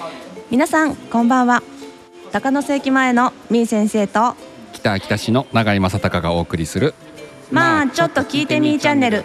皆さんこんばんは。高野駅前のみー先生と北秋田市の永井正隆がお送りするまあちょっと聞いてみーチャンネル。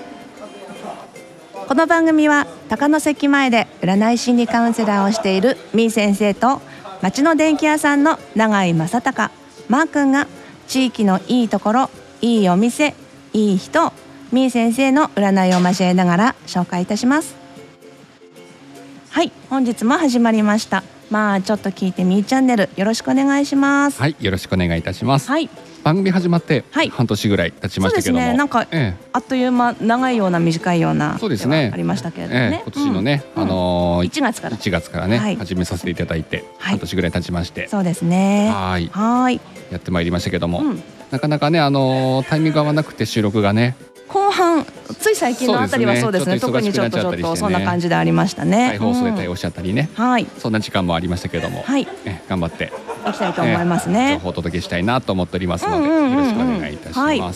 この番組は高野駅前で占い心理カウンセラーをしているみー先生と町の電気屋さんの永井正隆マー君が地域のいいところ、いいお店、いい人、みー先生の占いを交えながら紹介いたします。はい、本日も始まりました。まあちょっと聞いてみーチャンネル、よろしくお願いします。 はい、よろしくお願いいたします。 はい、 番組始まってはい半年ぐらい経ちましたけども、 そうですね、なんか、あっという間、長いような短いようなそうですねありましたけれどもね、 今年のね、 1月から 1月からね、 はい始めさせていただいて、 はい半年ぐらい経ちまして、 そうですね、 はいはいやってまいりましたけども、 うんなかなかねタイミング合わなくて収録がね後半つい最近のあたりはそうですね、特にちょっとそんな感じでありましたね。 再放送で対応しちゃったりね、 はいそんな時間もありましたけども、 はい、 頑張っていきたいと思いますね。 情報をお届けしたいなと思っておりますので、よろしくお願いいたします。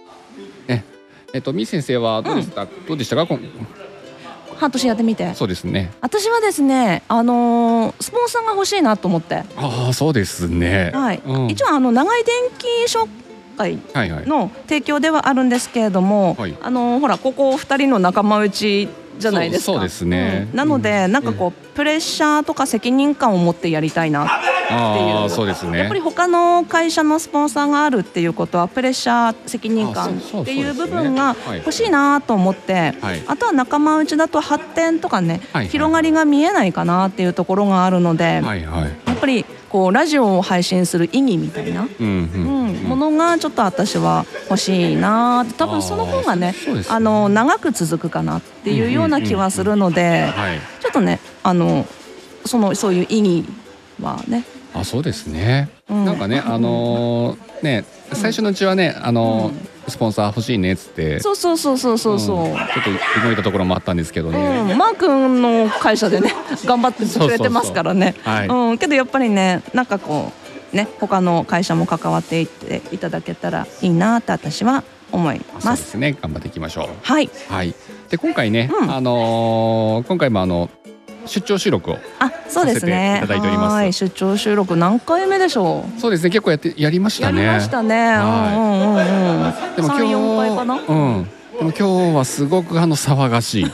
みー先生はどうでした、どうでしたか半年やってみて。 そうですね、 私はですね、スポンサーが欲しいなと思って。 ああ、そうですね、 はい、一応長井電気商会の提供ではあるんですけれども、 はい、 ほらここ2人の仲間内じゃないですか。 そうですね、 なのでなんかこう、プレッシャーとか責任感を持ってやりたいなっていう。 そうですね、 やっぱり他の会社のスポンサーがあるっていうことはプレッシャー、責任感っていう部分が欲しいなと思って、あとは仲間内だと発展とかね、広がりが見えないかなっていうところがあるので、やっぱりこうラジオを配信する意義みたいなものがちょっと私は欲しいな。多分その方がね、長く続くかなっていうような気はするので、ちょっとねそういう意義はね。 そうですね、なんかね最初のうちはねスポンサー欲しいねっつってそうちょっと動いたところもあったんですけどね、 マー君の会社でね頑張ってくれてますからね。けどやっぱりね、なんかこうね、他の会社も関わっていっていただけたらいいなって私は思います。 そうですね、頑張っていきましょう。 はい、 で今回ね、今回も出張収録をさせていただいております。 出張収録何回目でしょう。 そうですね、結構やりましたね。 やりましたね。 でも今日 3、4回かな。 でも今日はすごく騒がしい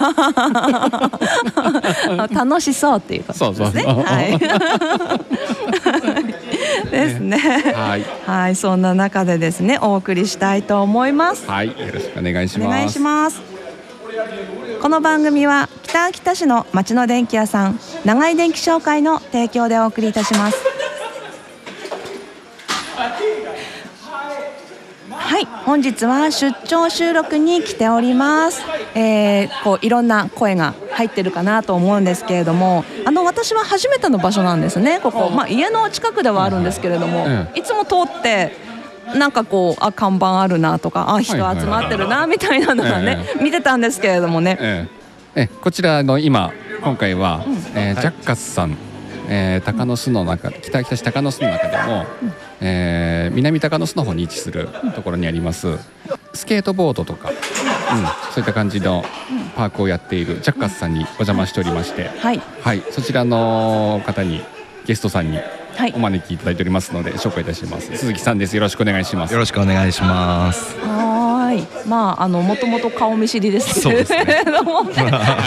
楽しそうっていうことですね。ですね。はい、そんな中でですね、お送りしたいと思います。 はい、よろしくお願いします。 お願いします。この番組は北秋田市の町の電気屋さん長井電気商会の提供でお送りいたします。はい、本日は出張収録に来ております。こういろんな声が入ってるかなと思うんですけれども、私は初めての場所なんですね。ここ、家の近くではあるんですけれども、いつも通ってなんかこう看板あるなとか、人集まってるなみたいなのがね、見てたんですけれどもね、 こちらの今回は、ジャッカスさん、高野巣の中、北秋田市高野巣の中でも、南高野巣の方に位置するところにありますスケートボードとか、そういった感じのパークをやっているジャッカスさんにお邪魔しておりまして、そちらの方にゲストさんにお招きいただいておりますので紹介いたします。鈴木さんです。よろしくお願いします。 よろしくお願いします。 もともと顔見知りですけれどもね。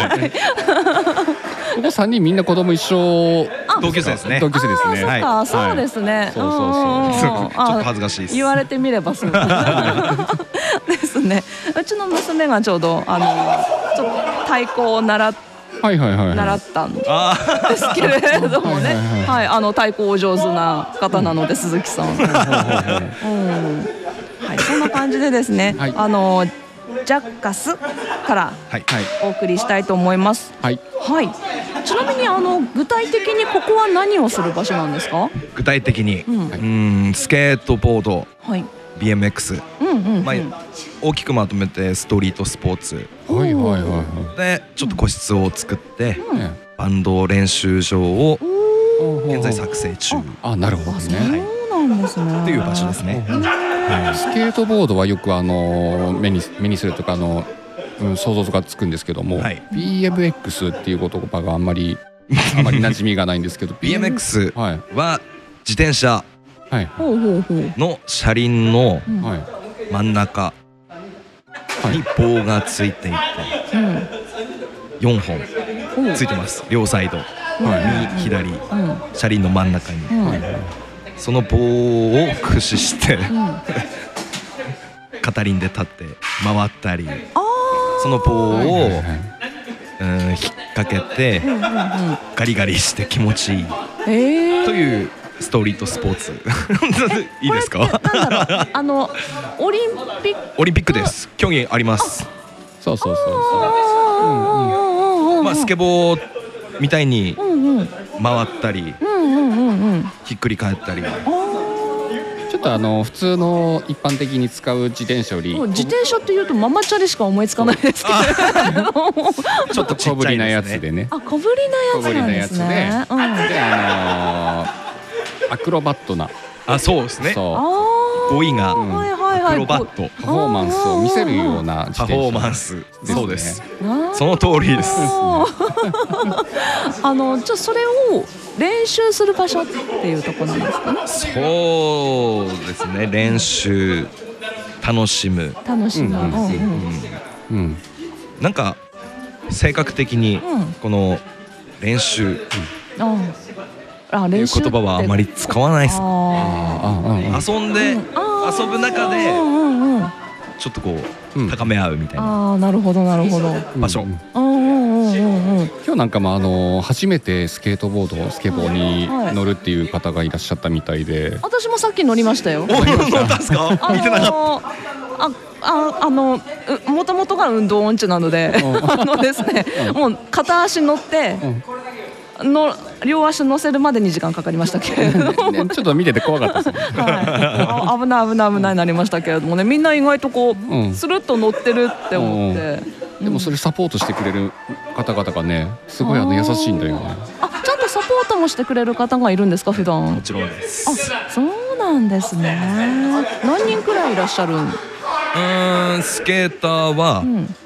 ここ3人みんな子供一緒。 同級生ですね。 同級生ですね。 そうですね。 ちょっと恥ずかしいです。 言われてみればそうですね。うちの娘がちょうどちょっと太鼓を習ったんですけれどもね、太鼓お上手な方なので、鈴木さん。そんな感じでですね、ジャッカスからお送りしたいと思います。ちなみに具体的にここは何をする場所なんですか？ 具体的に、スケートボード、BMX、大きくまとめてストリートスポーツでちょっと個室を作って、バンド練習場を現在作成中。 なるほどね。 そうなんですね。 っていう場所ですね。 スケートボードはよく目にするとか想像がつくんですけども、BMX っていう言葉があんまりあまり馴染みがないんですけど BMX は自転車の車輪の真ん中に棒がついていて4本ついてます。両サイド右左車輪の真ん中にその棒を駆使して片輪で立って回ったりその棒を引っ掛けてガリガリして気持ちいいというストリートスポーツいいですか？ オリンピックです。競技あります。 そうそうそうそう。まあスケボーみたいに回ったりひっくり返ったり。 ちょっと普通の一般的に使う自転車より自転車っていうとママチャリしか思いつかないですけどちょっと小ぶりなやつでね。 小ぶりなやつなんですね。 でアクロバットなそうですね。語彙がアクロバットパフォーマンスを見せるようなパフォーマンスそうです。その通りです。 じゃあそれを練習する場所っていうところなんですかね。 そうですね。練習楽しむなんか性格的にこの練習いう言葉はあまり使わないです。遊ぶ中でちょっとこう高め合うみたいな。 なるほどなるほど。 場所。 今日なんかも初めてスケボーに乗るっていう方がいらっしゃったみたいで。 私もさっき乗りましたよ。 乗ったんですか？見てなかった。 もともとが運動音痴なのでですね、もう片足乗って両足乗せるまで2時間かかりましたけれどもちょっと見てて怖かったですね。 危ないなりましたけれどもね、みんな意外とこうスルッと乗ってるって思って。 でもそれサポートしてくれる方々がねすごい優しいんだよね。 ちゃんとサポートもしてくれる方がいるんですか普段？ もちろんです。 そうなんですね。何人くらいいらっしゃる？ スケーターは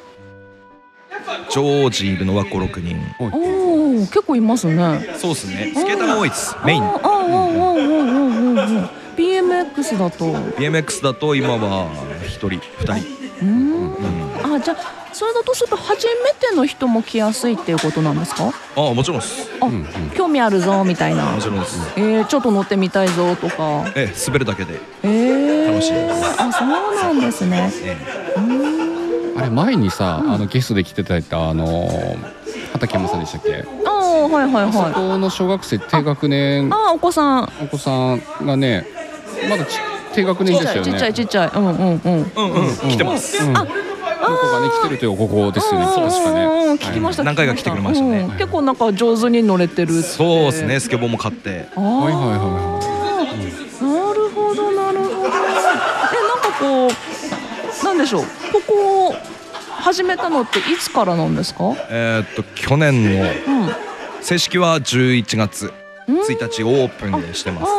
常時いるのは5、6人。 結構いますね。 そうですね。スケーターが多いです。メイン。BMX だと今は1人2人。 じゃあそれだとすると初めての人も来やすいっていうことなんですか？ もちろんです。 興味あるぞみたいな。 もちろんです。 ちょっと乗ってみたいぞとか。 滑るだけで楽しいです。 そうなんですね。 あれ前にさゲストで来ていただいた畠山さんでしたっけ？そこの小学生低学年お子さんがねまだ低学年でしたよね。 ちっちゃい来てます。 この子がね来てるというここですよね。確かね。 聞きました。 何回か来てくれましたね。 結構なんか上手に乗れてる。 そうですね。スケボーも買って。 なるほどなるほど。なんかこうなんでしょう。ここを始めたのっていつからなんですか？ 去年の正式は11月1日オープンでしてます。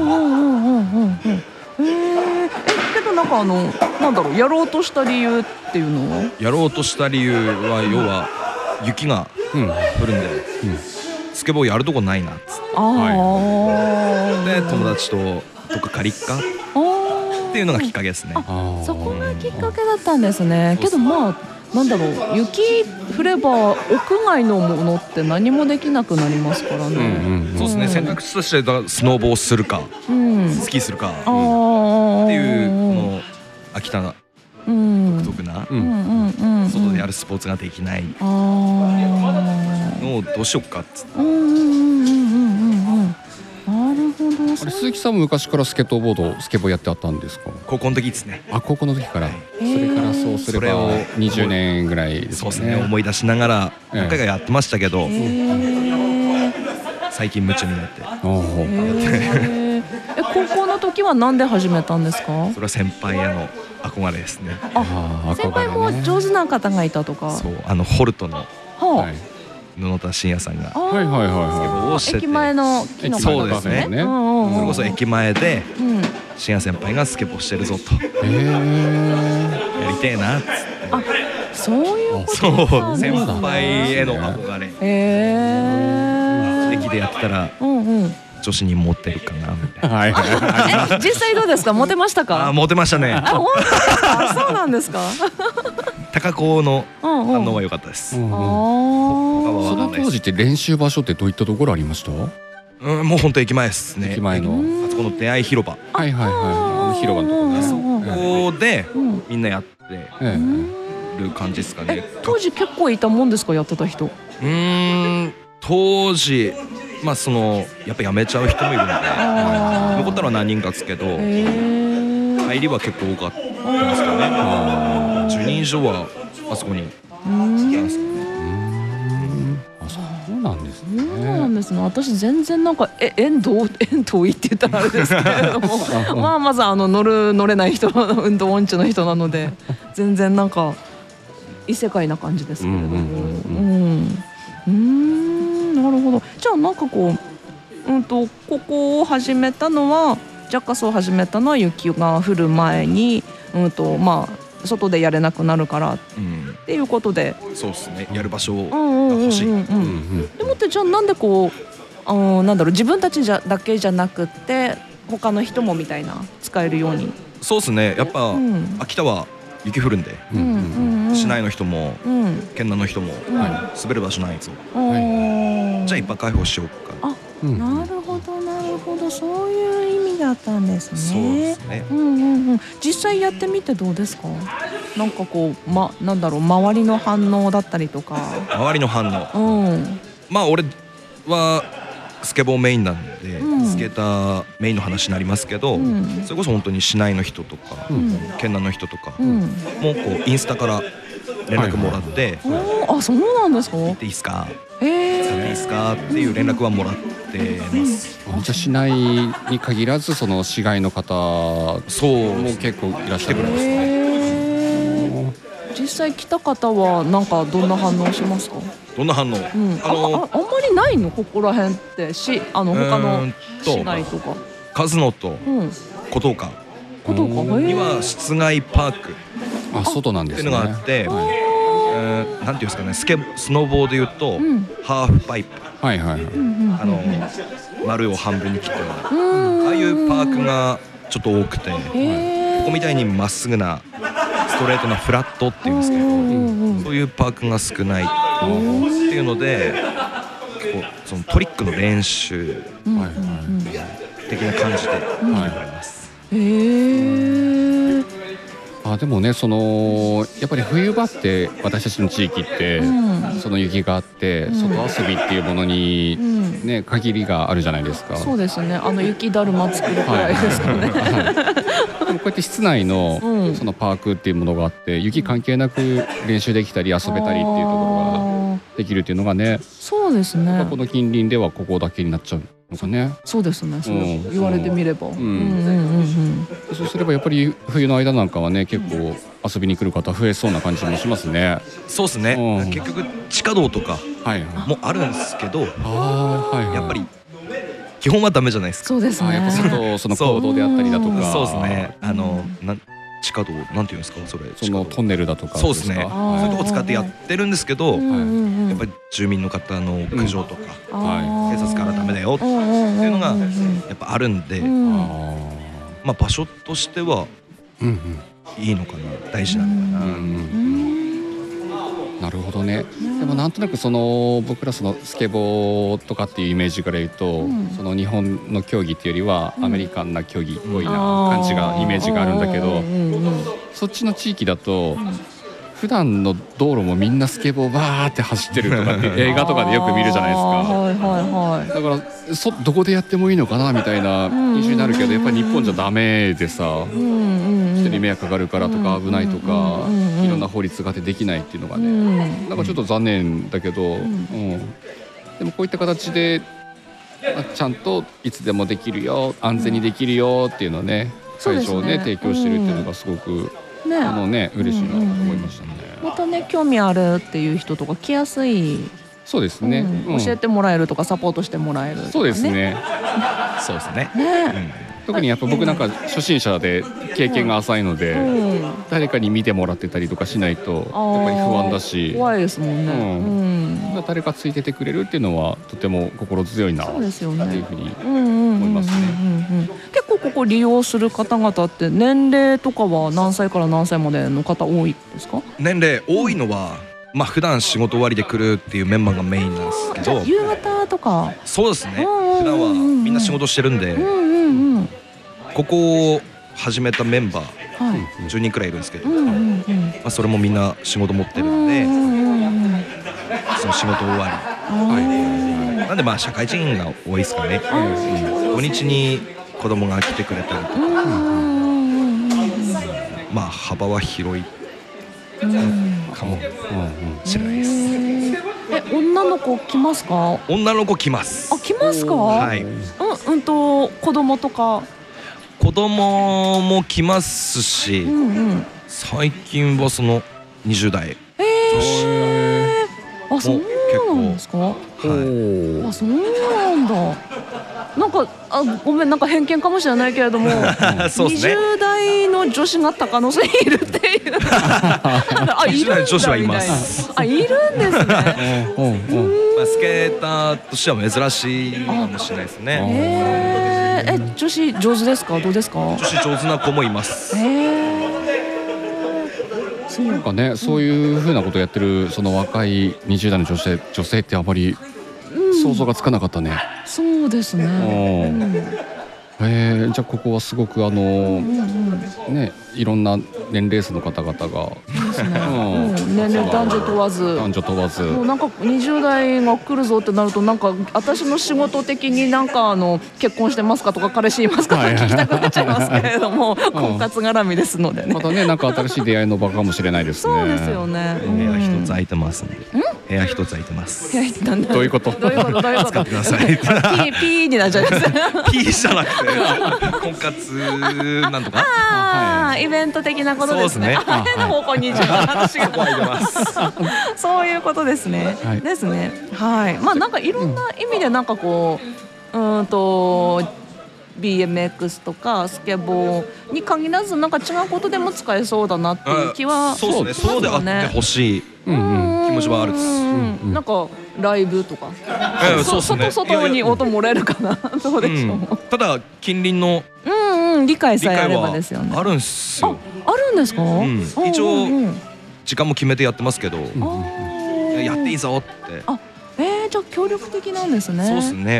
けどなんかなんだろうやろうとした理由っていうのは？ やろうとした理由は要は雪が降るんでスケボーやるとこないなっつってで友達とどっか借りっかっていうのがきっかけですね。 そこがきっかけだったんですね。けどなんだろう雪降れば屋外のものって何もできなくなりますからね。 そうですね。選択肢としてスノーボーするかスキーするかっていうこの秋田の独特な外でやるスポーツができないのをどうしよっかっつって。 なるほど。 あれ鈴木さんも昔からスケボーやってあったんですか？ 高校の時ですね。 高校の時から。それからそうすれば20年ぐらいですね。 そうですね。思い出しながら何回かやってましたけど最近夢中になって。 高校の時はなんで始めたんですか？ それは先輩への憧れですね。 先輩も上手な方がいたとか。 そうホルトの布田信也さんがスケボーをしてて駅前の木のそうですね。それこそ駅前で信也先輩がスケボーしてるぞとやりてえなっつって。 そういうこと。 そう先輩への憧れ。 気でやってたら女子にモテるかなみたいな。実際どうですか？モテましたか？ モテましたね。 本当ですか？そうなんですか？ 高校の反応は良かったです。その当時って練習場所ってどういったところありました？ もう本当駅前ですね。 駅前のあそこの出会い広場。 はいはいはい。広場のところね。 そこでみんなやってる感じですかね。 当時結構いたもんですか？やってた人。 当時そのやっぱ辞めちゃう人もいるんで残ったのは何人かですけど入りは結構多かったですかね。10人以上はあそこにいたんですけど。 そうなんですね。 そうなんですね。私全然なんか遠遠いって言ったらあれですけれどもまず乗れない人運動音痴の人なので全然なんか異世界な感じですけれども。なるほど。じゃあなんかここを始めたのはジャッカスを始めたのは雪が降る前に外でやれなくなるからっていうことで、 そうですね。やる場所が欲しい。 でもってじゃあなんでなんだろう、自分たちだけじゃなくって他の人もみたいな使えるように。 そうですね。やっぱ秋田は雪降るんで市内の人も県内の人も滑る場所ないんですよ。じゃあ一般開放しようか。 なるほどなるほど、そういう意味だったんですね。 そうですね。 実際やってみてどうですか？なんかなんだろう、周りの反応だったりとか。 周りの反応。俺はスケボーメインなんで、スケーターメインの話になりますけど、それこそ本当に市内の人とか県内の人とかもインスタから連絡もらって、 そうなんですか？ 行っていいですか？使っていいですか？っていう連絡はもらってます。 じゃあ市内に限らずその市外の方も結構いらっしゃるんですね。 実際来た方はなんかどんな反応しますか？ どんな反応？ あんまりないの、ここら辺って他の市内とか。 数野と小東華には室外パーク外なんですね。 っていうのがあって、なんていうんですかね、スノボーでいうとハーフパイプ、丸を半分に切ったようなああいうパークがちょっと多くて、ここみたいにまっすぐなストレートなフラットっていうんですけど、そういうパークが少ないっていうので、結構そのトリックの練習的な感じでやられます。 でもね、やっぱり冬場って私たちの地域ってその雪があって外遊びっていうものにね限りがあるじゃないですか。 そうですね。雪だるま作るくらいですかね。でもこうやって室内のそのパークっていうものがあって雪関係なく練習できたり遊べたりっていうところができるっていうのがね。 そうですね。 この近隣ではここだけになっちゃうのかね。 そうですね。そう言われてみれば。 そうすればやっぱり冬の間なんかはね結構遊びに来る方増えそうな感じもしますね。 そうですね。結局地下道とかもあるんですけど、やっぱり基本はダメじゃないですか。 そうですね。 やっぱその行動であったりだとか。 そうですね。地下道なんていうんですか、そのトンネルだとか。 そうですね。そういうとこ使ってやってるんですけど、やっぱり住民の方の苦情とか警察からダメだよっていうのがやっぱあるんで、場所としてはいいのかな、大事なのかな。 なるほどね。でもなんとなく僕らスケボーとかっていうイメージから言うと、その日本の競技っていうよりはアメリカンな競技っぽいな感じがイメージがあるんだけど、そっちの地域だと普段の道路もみんなスケボーバーって走ってるとかって映画とかでよく見るじゃないですか。だからどこでやってもいいのかなみたいな印象になるけど、やっぱり日本じゃダメでさ、人に迷惑かかるからとか危ないとかいろんな法律があってできないっていうのがね、なんかちょっと残念だけど、でもこういった形でちゃんといつでもできるよ、安全にできるよっていうのをね会場をね提供してるっていうのがすごく嬉しいなと思いましたね。 またね、興味あるっていう人とか来やすい。 そうですね。 教えてもらえるとかサポートしてもらえる。 そうですね。 そうですね。 特にやっぱ僕なんか初心者で経験が浅いので、誰かに見てもらってたりとかしないとやっぱり不安だし、 怖いですもんね。 誰かついててくれるっていうのはとても心強いなっていうふうに思いますね。 結構ここ利用する方々って年齢とかは何歳から何歳までの方多いですか？ 年齢多いのは普段仕事終わりで来るっていうメンバーがメインなんですけど、 夕方とか。 そうですね。普段はみんな仕事してるんで、ここを始めたメンバー10人くらいいるんですけど、それもみんな仕事持ってるんで、その仕事終わりなんで社会人が多いですかね。土日に子供が来てくれたりとか、幅は広いかもしれないです。 女の子来ますか？ 女の子来ます。 来ますか？ はい。 子供とか。 子供も来ますし、最近はその20代女子そうなんですか？そうなんだ。なんかごめん、なんか偏見かもしれないけれども20代の女子が高野瀬にいるっていう 20代の女子はいます。 いるんですね。 スケーターとしては珍しいかもしれないですね。 女子上手ですか？どうですか？ 女子上手な子もいます。 なんかね、そういうふうなことをやってるその若い20代の女性ってあまり想像がつかなかったね。 そうですね。 じゃあここはすごくね、いろんな年齢層の方々が年齢男女問わずもうなんか20代が来るぞってなると、なんか私の仕事的になんか結婚してますかとか彼氏いますかとか聞きたくなっちゃいますけれども、婚活絡みですのでね。 またね、なんか新しい出会いの場かもしれないですね。 そうですよね。 部屋一つ空いてますんで。部屋一つ空いてます。 どういうこと？ 使ってください。 ピーになっちゃいます。 ピーじゃなくて婚活なんとか。 イベント的なことですね。の方向に話が入ります。そういうことですね。ですね。はい。なんかいろんな意味でなんかこうBMX とかスケボーに限らずなんか違うことでも使えそうだなっていう気はしますよね。 そうであってほしい気持ちはあるです。 なんかライブとか外に音漏れるかな。どうでしょう。ただ近隣の理解さえあればですよね。 あるんすよ。 あるんですか？ 一応時間も決めてやってますけど、やっていいぞって。 じゃあ協力的なんですね。 そうですね。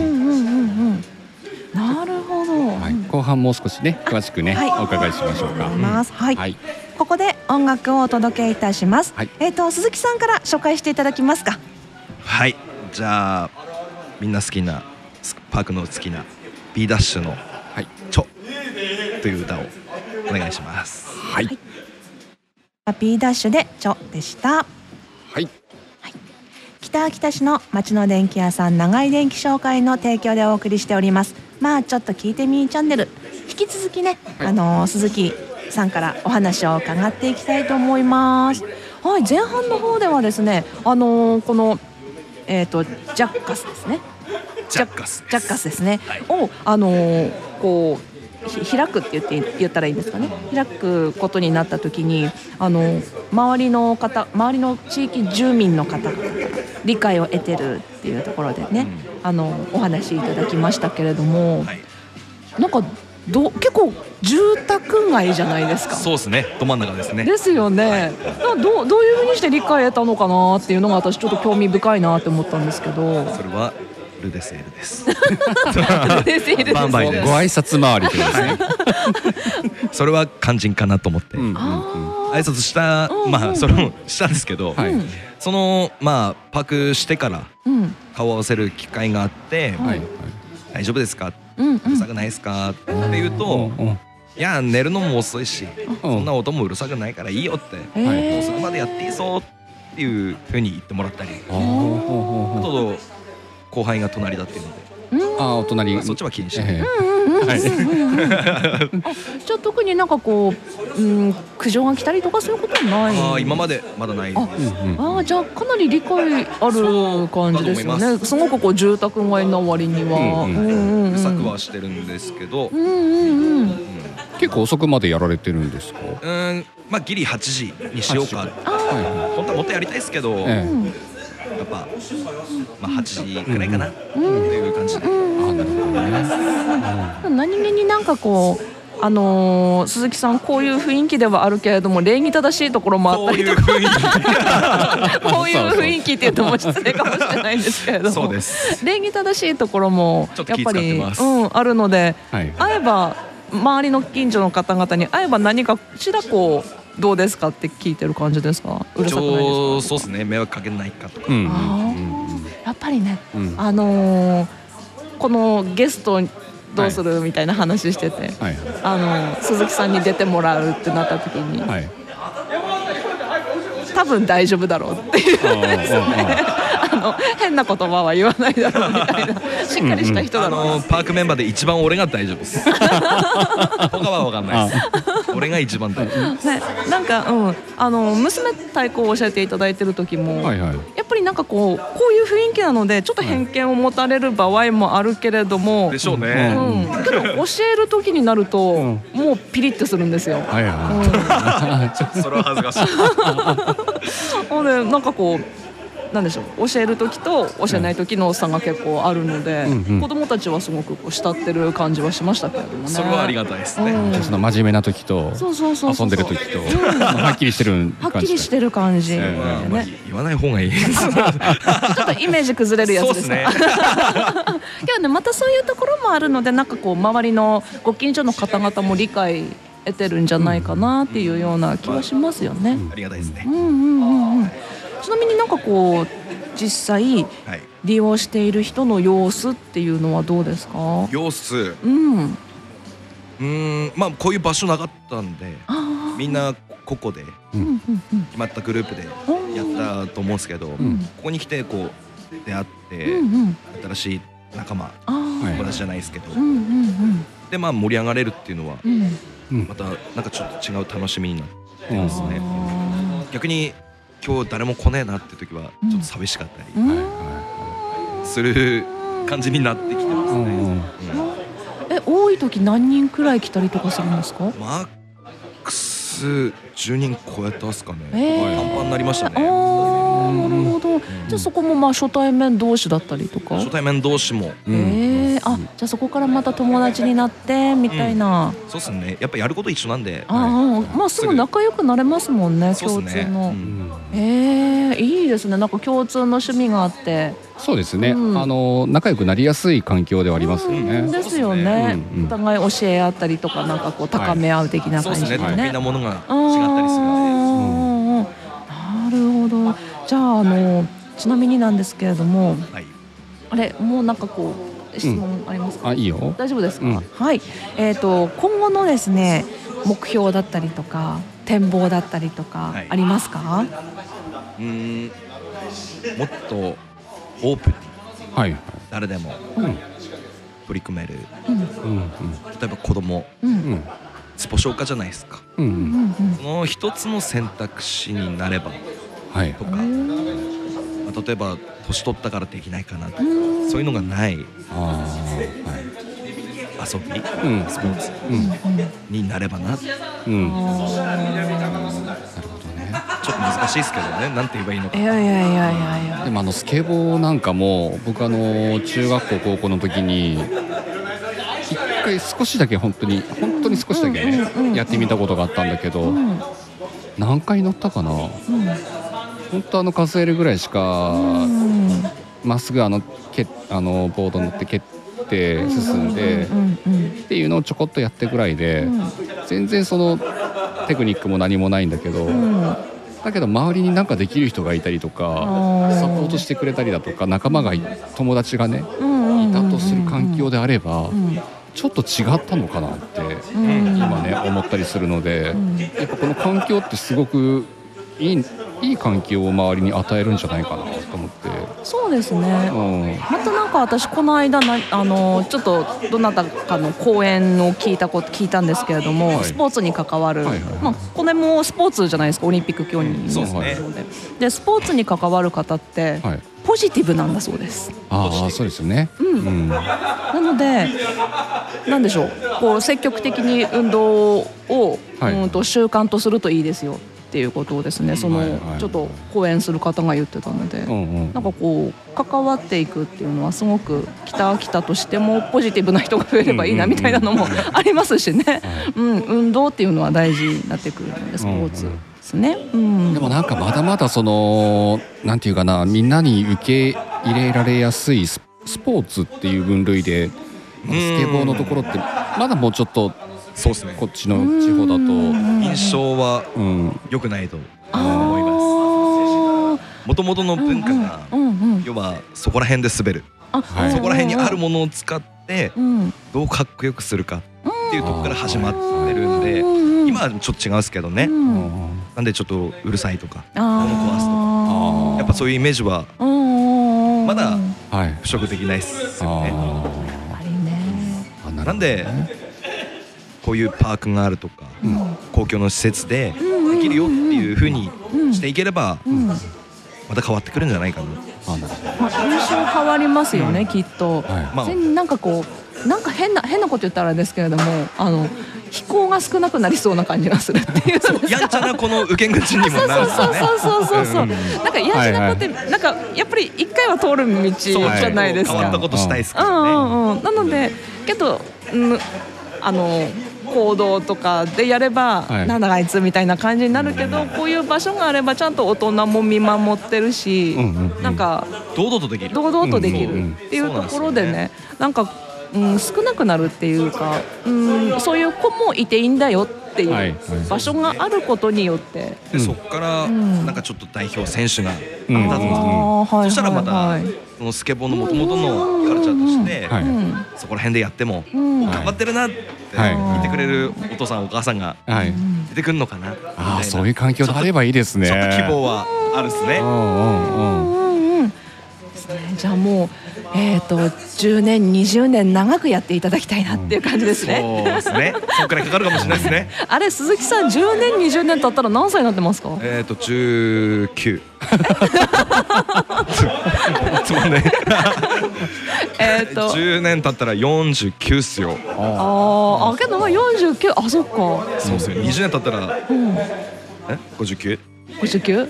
なるほど。 後半もう少しね詳しくねお伺いしましょうか。 はい。ここで音楽をお届けいたします。鈴木さんから紹介していただけますか？ はい。じゃあみんな好きなパークの好きな B ダッシュのちょという歌をお願いします。 はい。 B ダッシュでちょでした。 はい。 北秋田市の町の電気屋さん長井電気商会の提供でお送りしております。ちょっと聞いてみーチャンネル、引き続きね、鈴木さんからお話を伺っていきたいと思います。はい、前半の方ではですね、このジャッカスですね。ジャッカスですね。をこう開くって言ったらいいんですかね。開くことになった時に周りの地域住民の方々から理解を得てるっていうところでね、お話いただきましたけれども、なんか結構住宅街じゃないですか。 そうですね。ど真ん中ですね。 ですよね。どういうふうにして理解得たのかなっていうのが私ちょっと興味深いなって思ったんですけど。 それはルデセールです。 バンバイです。ご挨拶回りですね。 それは肝心かなと思って挨拶したそれもしたんですけど、そのパークしてから顔を合わせる機会があって大丈夫ですか、うるさくないですかって言うと、いや寝るのも遅いしそんな音もうるさくないからいいよって、もうそれまでやっていいぞっていうふうに言ってもらったり、あと後輩が隣だっていうので、 お隣、 そっちは気にしてない。 じゃあ特になんかこう、苦情が来たりとかそういうことはない？ 今までまだない。 じゃあかなり理解ある感じですよね。すごくこう住宅街な割にはうるさくはしてるんですけど、 結構遅くまでやられてるんですか？ まあギリ8時にしようか。本当はもっとやりたいですけど、やっぱまあ8時くらいかなっていう感じで。 何気になんかこう。鈴木さんこういう雰囲気ではあるけれども礼儀正しいところもあったりとかこういう雰囲気っていうとも失礼かもしれないんですけれども礼儀正しいところもやっぱりあるので、会えば周りの近所の方々に会えば何かしらこうどうですかって聞いてる感じですか？うるさくないですか？ そうですね、迷惑かけないかとか。 やっぱりね、このゲストどうするみたいな話してて、鈴木さんに出てもらうってなった時に、多分大丈夫だろうっていうんですよね。変な言葉は言わないだろうみたいなしっかりした人だろう。 パークメンバーで一番俺が大丈夫です。他は分かんないです。俺が一番大丈夫です。 なんか娘太鼓を教えていただいてる時も、やっぱりなんかこういう雰囲気なのでちょっと偏見を持たれる場合もあるけれども、 でしょうね。 けど教える時になるともうピリッとするんですよ。 それは恥ずかしい。 でなんかこうなんでしょう、教える時と教えない時の差が結構あるので、子供たちはすごくこう慕ってる感じはしましたけれどもね。 それはありがたいですね。 その真面目な時と遊んでる時とはっきりしてるはっきりしてる感じ。 言わない方がいい。ちょっとイメージ崩れるやつですね。けどね、またそういうところもあるので、なんかこう周りのご近所の方々も理解得てるんじゃないかなっていうような気はしますよね。 ありがたいですね。 ちなみになんかこう実際利用している人の様子っていうのはどうですか？ 様子、まあこういう場所なかったんで、みんなここで決まったグループでやったと思うんですけど、ここに来てこう出会って新しい仲間、友達じゃないですけど、でまあ盛り上がれるっていうのはまたなんかちょっと違う楽しみになってますね。逆に今日誰も来ねえなって時はちょっと寂しかったりする感じになってきてますね。 多い時何人くらい来たりとかするんですか？ マックス10人超えたっすかね。パンパンになりましたね。 なるほど。じゃあそこもまあ初対面同士だったりとか？ 初対面同士も。 じゃあそこからまた友達になってみたいな。 そうですね。やっぱやること一緒なんで。 まあすぐ仲良くなれますもんね。共通の。いいですね。なんか共通の趣味があって。 そうですね。仲良くなりやすい環境ではありますよね。 ですよね。お互い教え合ったりとかなんかこう高め合う的な感じでね。 得意なものが違ったりするので。 なるほど。じゃあちなみになんですけれども、あれもうなんかこう質問ありますか？ いいよ。 大丈夫ですか？はい。今後のですね目標だったりとか展望だったりとかありますか？ もっとオープンに誰でも取り組める。例えば子供、スポ少華じゃないですか。その一つの選択肢になればとか、例えば年取ったからできないかなとか、そういうのがない遊び、スポーツになればな。なるほどね。ちょっと難しいですけどね、なんて言えばいいのか。 でもスケボーなんかも僕中学校高校の時に一回少しだけ本当に少しだけやってみたことがあったんだけど、何回乗ったかな。本当数えるぐらいしかまっすぐボード乗って蹴って進んでっていうのをちょこっとやってぐらいで、全然そのテクニックも何もないんだけど、だけど周りになんかできる人がいたりとかサポートしてくれたりだとか友達がねいたとする環境であればちょっと違ったのかなって今ね思ったりするので、やっぱこの環境ってすごくいい環境を周りに与えるんじゃないかなと思って。 そうですね。またなんか私この間ちょっとどなたかの講演を聞いたんですけれども、スポーツに関わる、これもスポーツじゃないですか、オリンピック競技ので、スポーツに関わる方ってポジティブなんだそうです。 そうですよね。 なのでなんでしょう、こう積極的に運動を習慣とするといいですよっていうことをですね、ちょっと講演する方が言ってたので、なんかこう関わっていくっていうのはすごく来たとしてもポジティブな人が増えればいいなみたいなのもありますしね。運動っていうのは大事になってくるので、スポーツですね。 でもなんかまだまだなんていうかな、みんなに受け入れられやすいスポーツっていう分類で、スケボーのところってまだもうちょっとそうですね、 こっちの地方だと印象は良くないと思います。もともとの文化が要はそこら辺で滑る、そこら辺にあるものを使ってどうかっこよくするかっていうところから始まってるんで、今はちょっと違うんですけどね。なんでちょっとうるさいとか物壊すとか、やっぱそういうイメージはまだ払拭できないですよね。なんでこういうパークがあるとか公共の施設でできるよっていう風にしていければまた変わってくるんじゃないかな。 印象変わりますよね、きっと。なんかこうなんか変なこと言ったらですけれども、飛行が少なくなりそうな感じがするっていう。 やんちゃなこの受け口にもなるんですよね。 なんかやんちゃな子ってなんかやっぱり一回は通る道じゃないですか。 変わったことしたいですからね。 なのでけど行動とかでやれば、なんだあいつみたいな感じになるけど、こういう場所があればちゃんと大人も見守ってるし、なんか堂々とできるっていうところでね、なんか少なくなるっていうか、そういう子もいていいんだよっていう場所があることによって、 そこからなんかちょっと代表選手が立つんですよ。そしたらまたそのスケボーの元々のカルチャーとしてそこら辺でやっても頑張ってるなって言ってくれるお父さんお母さんが出てくるのかなみたいな。 そういう環境であればいいですね。 ちょっと希望はあるですね。 じゃあもう10年20年長くやっていただきたいなっていう感じですね。 そうですね。そこからかかるかもしれないですね。 あれ鈴木さん10年20年経ったら何歳になってますか ？19。つまんない。10年経ったら49っすよ。 けど49、そっか。 そうですよ。20年経ったら59？ 59？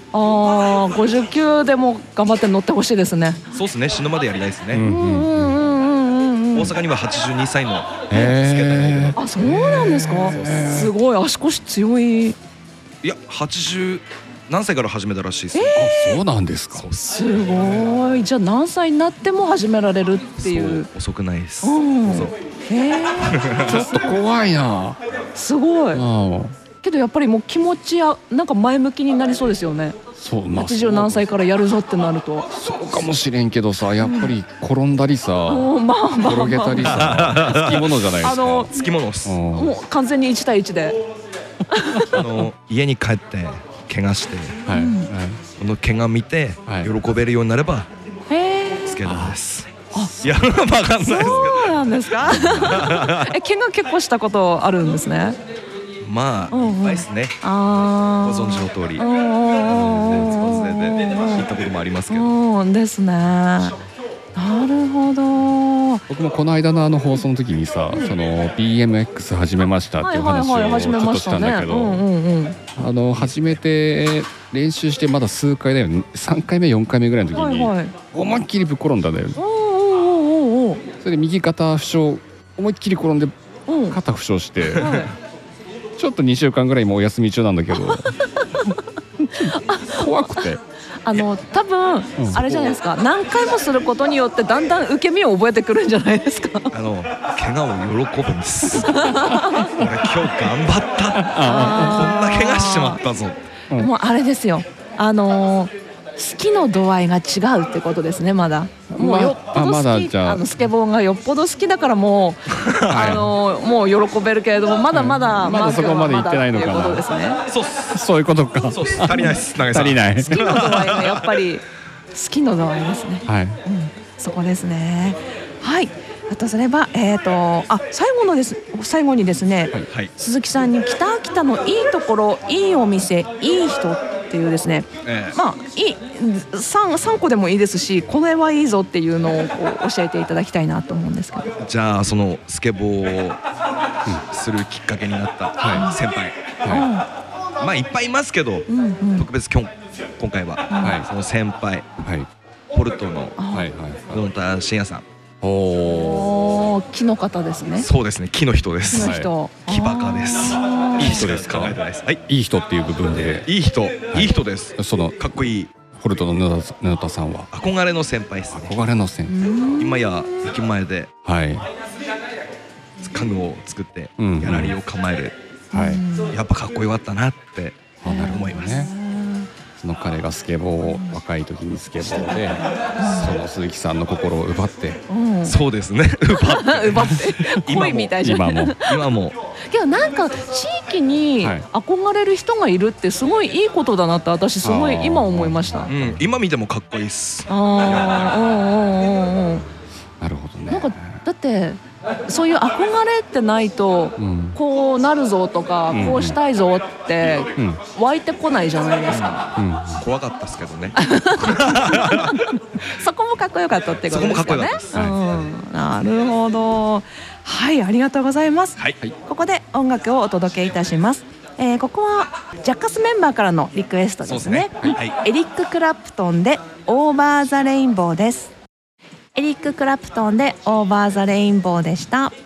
59でも頑張って乗ってほしいですね。 そうですね。死ぬまでやりたいですね。大阪には82歳のスケーターがいる。 そうなんですか。すごい足腰強い。 いや80何歳から始めたらしいです。 そうなんですか。 すごい。じゃあ何歳になっても始められるっていう。 遅くないです。ちょっと怖いな。 すごい。けどやっぱりもう気持ちやなんか前向きになりそうですよね。80何歳からやるぞってなると。 そうかもしれんけどさ、やっぱり転んだりさ、転げたりさ、つきものじゃないですか。 つきものです。 もう完全に1対1で。 家に帰って怪我して、この怪我見て喜べるようになればスケーターです。いや、わかんないですけど。 そうなんですか。怪我結構したことあるんですね。 まあいっぱいですね。ご存知の通り、スポーツで行ったこともありますけど。 ですね。なるほど。 僕もこの間の放送の時にさ、その BMX 始めましたっていう話をちょっとしたんだけど、始めて練習してまだ数回だよね。3回目4回目ぐらいの時に思いっきりぶっ転んだんだよね。それで右肩負傷、思いっきり転んで肩負傷して。ちょっと2週間ぐらいもうお休み中なんだけど怖くて多分あれじゃないですか、何回もすることによってだんだん受け身を覚えてくるんじゃないですか。 怪我を喜ぶんです。俺今日頑張った、こんな怪我しちまったぞ。 もうあれですよ、好きの度合いが違うってことですね。まだもうよっぽど好き、スケボーがよっぽど好きだからもうもう喜べるけれども、まだまだそこまで行ってないのかな。 そういうことですね。 そういうことか。 足りないです。 足りない。 好きの度合いがやっぱり好きの度合いですね。 はい、 そこですね。はい。あとそれは最後にですね、 はい、 鈴木さんに北秋田のいいところ、いいお店、いい人っていうですね、まあ3個でもいいですし、これはいいぞっていうのをこう教えていただきたいなと思うんですけど。 じゃあそのスケボーをするきっかけになった先輩、まあいっぱいいますけど、特別今回はその先輩、ポルトの野田真也さん。 木の方ですね。 そうですね、木の人です。 木の人、 木バカです。いい人ですか。はい、 いい人っていう部分でいい人です。そのかっこいいポルトの野田さんは憧れの先輩ですね。 憧れの先輩。 今や駅前で家具を作ってギャラリーを構える。やっぱかっこよかったなって思います。 その彼がスケボーを若い時にスケボーでその鈴木さんの心を奪って、 そうですね、 奪って恋みたいじゃん。 今もけどなんか地域に憧れる人がいるってすごいいいことだなって私すごい今思いました。 今見てもかっこいいっす。 なるほどね。 なんかだってそういう憧れってないと、こうなるぞとか、こうしたいぞって湧いてこないじゃないですか。 怖かったっすけどね。 そこもかっこよかったってことですかね。なるほど。はい、ありがとうございます。ここで音楽をお届けいたします。ここはジャッカスメンバーからのリクエストですね。エリック・クラプトンでオーバー・ザ・レインボーです。エリック・クラプトンでオーバー・ザ・レインボーでした。はい、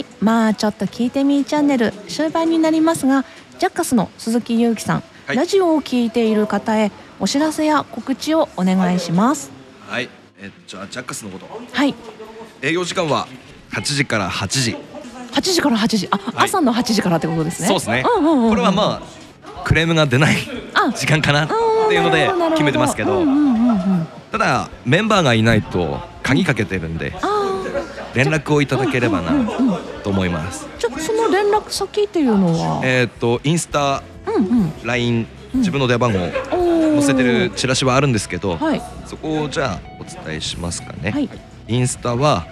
まあちょっと聞いてみーチャンネル終盤になりますが、ジャッカスの鈴木裕樹さん、ラジオを聞いている方へお知らせや告知をお願いします。 はい、じゃあジャッカスのこと。 はい。 営業時間は8時から8時。 8時から8時。朝の8時からってことですね。 そうですね。これはまあクレームが出ない時間かなっていうので決めてますけど。ただメンバーがいないと鍵かけてるんで連絡をいただければなと思います。 じゃあその連絡先っていうのはインスタ、LINE、自分の電話番号載せてるチラシはあるんですけど、そこをじゃあお伝えしますかね。インスタは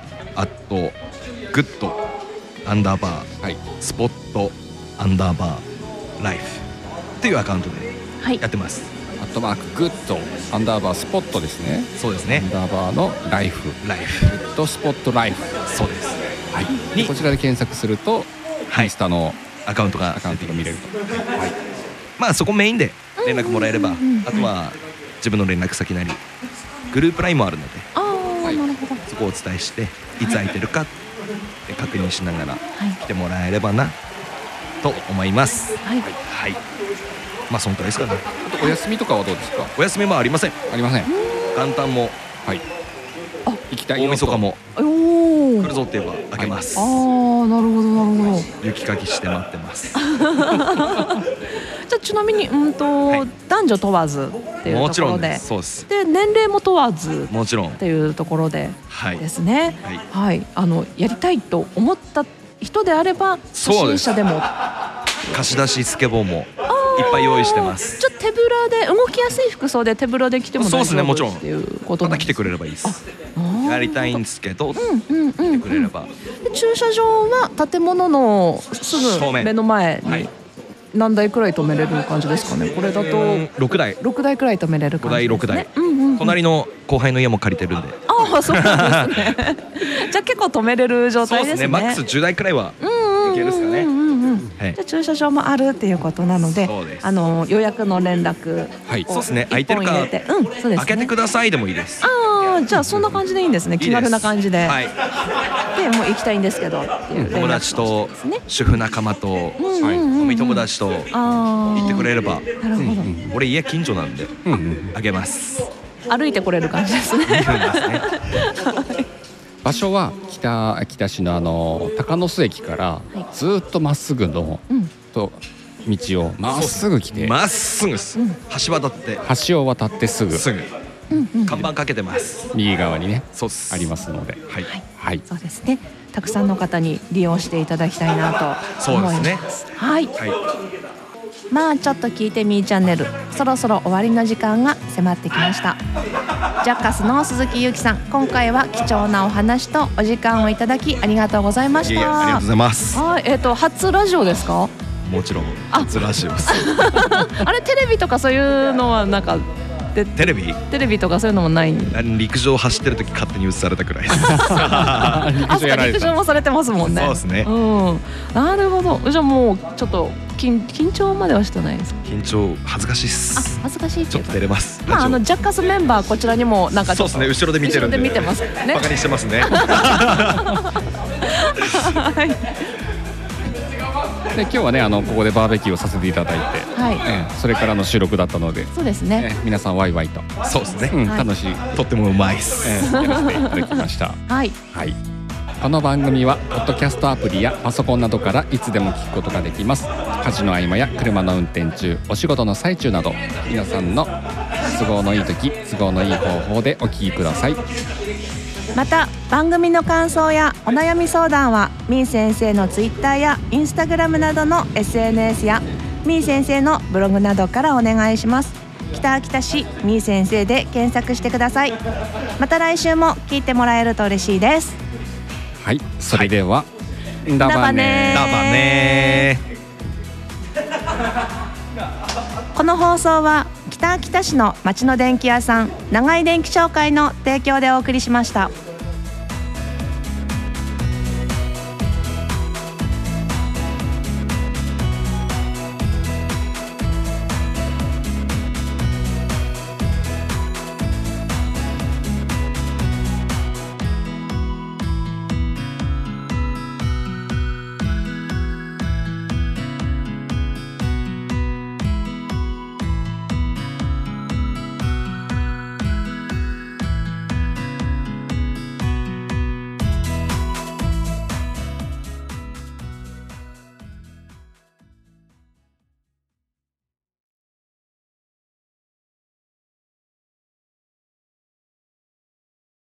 @good_spot_life っていうアカウントでやってます。 グッドアンダーバースポットですね。 そうですね。 アンダーバーのライフグッドスポットライフ。 そうです。 はい。こちらで検索するとインスタのアカウントが見れると。 まあそこメインで連絡もらえれば、あとは自分の連絡先なりグループ LINE もあるので、そこをお伝えしていつ空いてるかって確認しながら来てもらえればなと思います。はい。まあそのくらいですかね。 あとお休みとかはどうですか。 お休みもありません。 元旦も行きたいよと、 大晦日も来るぞって言えば開けます。 なるほど雪かきして待ってます。 じゃあちなみに男女問わずっていうところで、 そうです。 で年齢も問わずもちろんっていうところでですね。はい。やりたいと思った人であれば初心者でも貸し出しスケボーもいっぱい用意してます。 じゃあ手ぶらで動きやすい服装で手ぶらで来ても大丈夫。そうですね、 もちろん。 っていうことまた来てくれればいいです。やりたいんですけど、来てくれれば。 駐車場は建物のすぐ目の前に何台くらい止めれる感じですかね。これだと 6台くらい止めれる感じですね。 隣の後輩の家も借りてるんで。 そうなんですね。じゃあ結構止めれる状態ですね。 マックス10台くらいはいけるですかね。 じゃあ駐車場もあるっていうことなので、予約の連絡そうですね。空いてるか開けてくださいでもいいです。 じゃあそんな感じでいいんですね。気軽な感じで。でもう行きたいんですけどっていう友達と主婦仲間と飲み友達と行ってくれれば。俺家近所なんであげます。 歩いてこれる感じですね。 場所は北市の鷹巣駅からずっとまっすぐの道をまっすぐ来て、 まっすぐ橋渡って橋を渡ってすぐ看板かけてます。 右側にねありますので、 そうですね。たくさんの方に利用していただきたいなと思います。はい。 まあちょっと聞いてみーチャンネル、そろそろ終わりの時間が迫ってきました。ジャッカスの鈴木ゆきさん、今回は貴重なお話とお時間をいただきありがとうございました。 ありがとうございます。 はい、初ラジオですか？ もちろん初ラジオです。 あれテレビとかそういうのはなんかテレビとかそういうのもない？ 陸上走ってる時勝手に映されたくらいです。 陸上もされてますもんね。 そうですね。 なるほど。じゃあもうちょっと緊張まではしてないですか？ 緊張恥ずかしいっす。 恥ずかしい。 ちょっと照れます。 ジャッカスメンバーこちらにもなんかそうですね、後ろで見てるんで。 後ろで見てますね。 バカにしてますね。 はい。で今日はねここでバーベキューをさせていただいて、はいそれからの収録だったので、 そうですね、 皆さんワイワイと、 そうですね、 楽しい、 とってもうまいっす、 やらせていただきました。 はい、 はい、この番組はポッドキャストアプリやパソコンなどからいつでも聞くことができます。家事の合間や車の運転中、お仕事の最中など、皆さんの都合のいい時、都合のいい方法でお聞きください。 また番組の感想やお悩み相談はみー先生のツイッターやインスタグラムなどの SNS やみー先生のブログなどからお願いします。北秋田市みー先生で検索してください。また来週も聞いてもらえると嬉しいです。 はい、それでは、 だばねこの放送は北秋田市の町の電気屋さん長井電気商会の提供でお送りしました。